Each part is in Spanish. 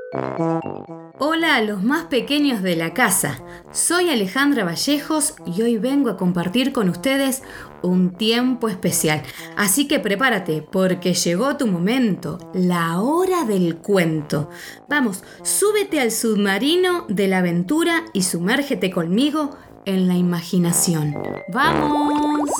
Hola a los más pequeños de la casa, soy Alejandra Vallejos y hoy vengo a compartir con ustedes un tiempo especial. Así que prepárate porque llegó tu momento, la hora del cuento. Vamos, súbete al submarino de la aventura y sumérgete conmigo en la imaginación. ¡Vamos!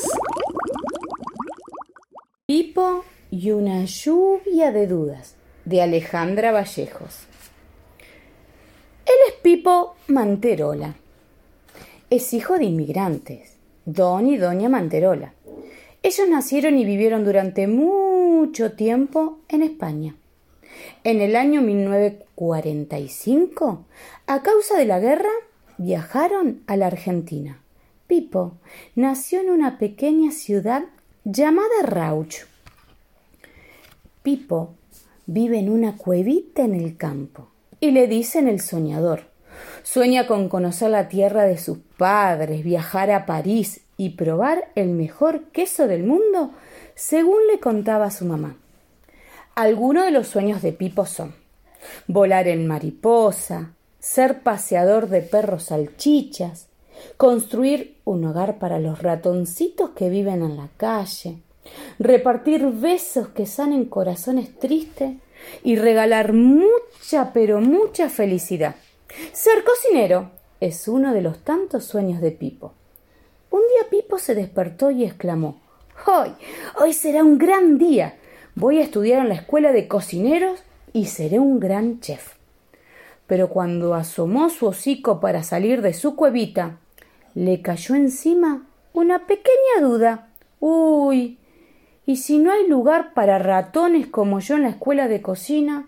Pipo y una lluvia de dudas, de Alejandra Vallejos. Él es Pipo Manterola. Es hijo de inmigrantes, don y doña Manterola. Ellos nacieron y vivieron durante mucho tiempo en España. En el año 1945, a causa de la guerra, viajaron a la Argentina. Pipo nació en una pequeña ciudad llamada Rauch. Pipo vive en una cuevita en el campo y le dicen el soñador. Sueña con conocer la tierra de sus padres, viajar a París y probar el mejor queso del mundo, según le contaba su mamá. Algunos de los sueños de Pipo son volar en mariposa, ser paseador de perros salchichas, construir un hogar para los ratoncitos que viven en la calle, repartir besos que sanen corazones tristes y regalar mucha, pero mucha felicidad. Ser cocinero es uno de los tantos sueños de Pipo. Un día Pipo se despertó y exclamó: Hoy será un gran día. Voy a estudiar en la escuela de cocineros y seré un gran chef. Pero cuando asomó su hocico para salir de su cuevita, le cayó encima una pequeña duda. Uy, ¿y si no hay lugar para ratones como yo en la escuela de cocina?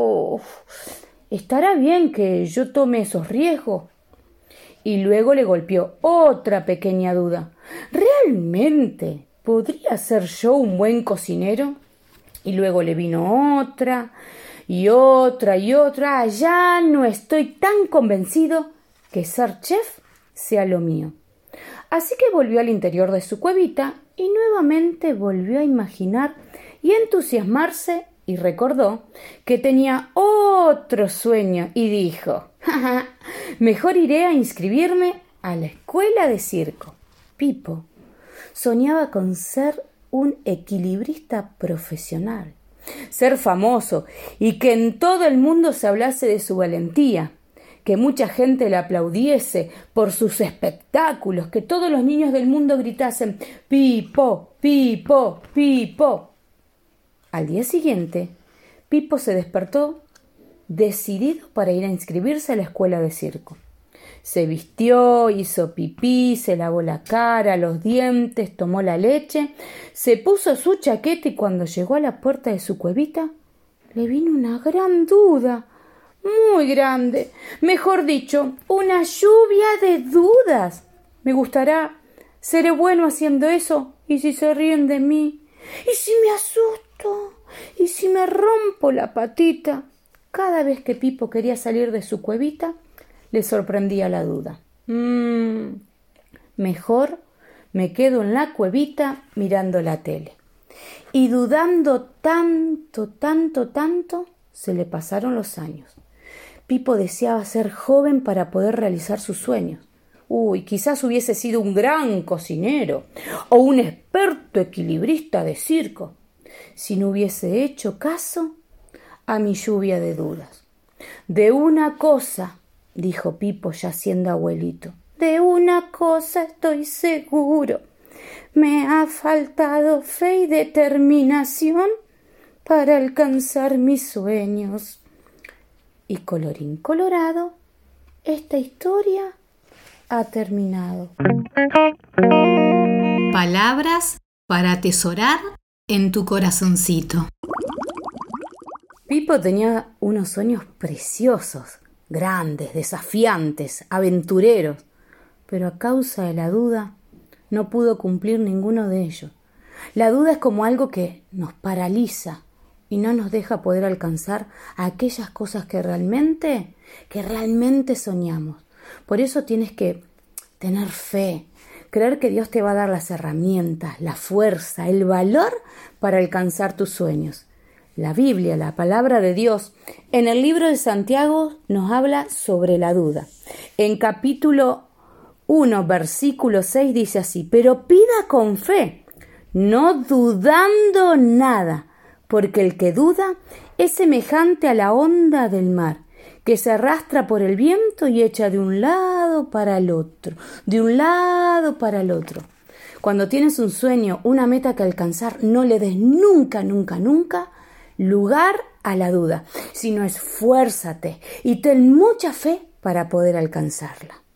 ¿Estará bien que yo tome esos riesgos? Y luego le golpeó otra pequeña duda. ¿Realmente podría ser yo un buen cocinero? Y luego le vino otra y otra y otra. Ya no estoy tan convencido que ser chef sea lo mío. Así que volvió al interior de su cuevita y nuevamente volvió a imaginar y entusiasmarse y recordó que tenía otro sueño y dijo: mejor iré a inscribirme a la escuela de circo. Pipo soñaba con ser un equilibrista profesional, ser famoso y que en todo el mundo se hablase de su valentía, que mucha gente le aplaudiese por sus espectáculos, que todos los niños del mundo gritasen: ¡Pipo, Pipo, Pipo! Al día siguiente, Pipo se despertó decidido para ir a inscribirse a la escuela de circo. Se vistió, hizo pipí, se lavó la cara, los dientes, tomó la leche, se puso su chaqueta y cuando llegó a la puerta de su cuevita, le vino una gran duda. Muy grande, mejor dicho, una lluvia de dudas. ¿Me gustará? ¿Seré bueno haciendo eso? ¿Y si se ríen de mí? ¿Y si me asusto? ¿Y si me rompo la patita? Cada vez que Pipo quería salir de su cuevita, le sorprendía la duda. Mejor me quedo en la cuevita mirando la tele. Y dudando tanto, se le pasaron los años. Pipo deseaba ser joven para poder realizar sus sueños. Quizás hubiese sido un gran cocinero o un experto equilibrista de circo, si no hubiese hecho caso a mi lluvia de dudas. De una cosa, dijo Pipo ya siendo abuelito, de una cosa estoy seguro: me ha faltado fe y determinación para alcanzar mis sueños. Y colorín colorado, esta historia ha terminado. Palabras para atesorar en tu corazoncito. Pipo tenía unos sueños preciosos, grandes, desafiantes, aventureros, pero a causa de la duda no pudo cumplir ninguno de ellos. La duda es como algo que nos paraliza y no nos deja poder alcanzar aquellas cosas que realmente soñamos. Por eso tienes que tener fe, creer que Dios te va a dar las herramientas, la fuerza, el valor para alcanzar tus sueños. la Biblia, la palabra de Dios, en el libro de Santiago nos habla sobre la duda. En capítulo 1, versículo 6 dice así: pero pida con fe, no dudando nada, porque el que duda es semejante a la onda del mar, que se arrastra por el viento y echa de un lado para el otro, de un lado para el otro. Cuando tienes un sueño, una meta que alcanzar, no le des nunca lugar a la duda, sino esfuérzate y ten mucha fe para poder alcanzarla.